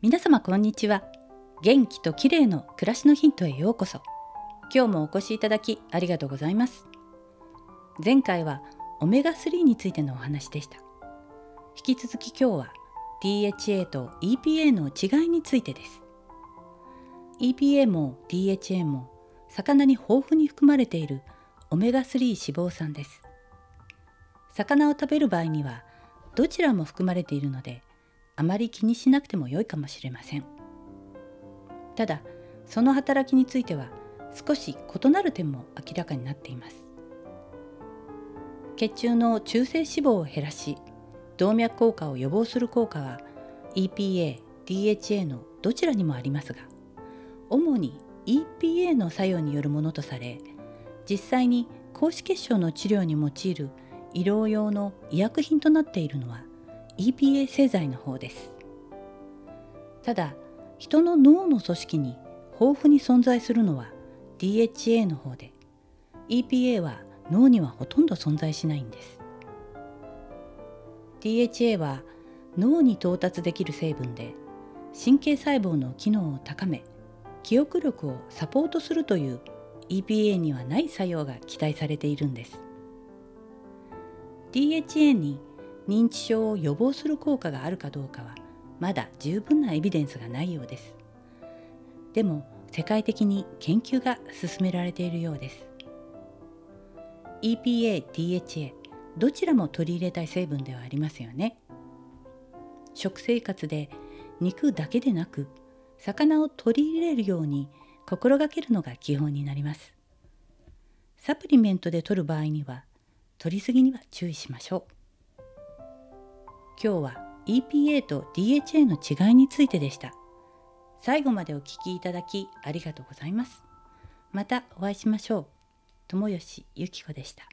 皆様こんにちは。元気と綺麗の暮らしのヒントへようこそ。今日もお越しいただきありがとうございます。前回はオメガ3についてのお話でした。引き続き今日は DHA と EPA の違いについてです。EPA も DHA も魚に豊富に含まれているオメガ3脂肪酸です。魚を食べる場合にはどちらも含まれているので、あまり気にしなくても良いかもしれません。ただ、その働きについては少し異なる点も明らかになっています。血中の中性脂肪を減らし、動脈硬化を予防する効果は EPA、DHA のどちらにもありますが、主に EPA の作用によるものとされ、実際に高脂血症の治療に用いる医療用の医薬品となっているのはEPA 製剤の方です。ただ、人の脳の組織に豊富に存在するのは DHA の方で、EPA は脳にはほとんど存在しないんです。DHA は脳に到達できる成分で、神経細胞の機能を高め、記憶力をサポートするという EPA にはない作用が期待されているんです。DHA に認知症を予防する効果があるかどうかはまだ十分なエビデンスがないようです。でも世界的に研究が進められているようです。EPA、DHA どちらも取り入れたい成分ではありますよね。食生活で肉だけでなく魚を取り入れるように心がけるのが基本になります。サプリメントで摂る場合には摂りすぎには注意しましょう。今日は EPA と DHA の違いについてでした。最後までお聞きいただきありがとうございます。またお会いしましょう。友吉ゆき子でした。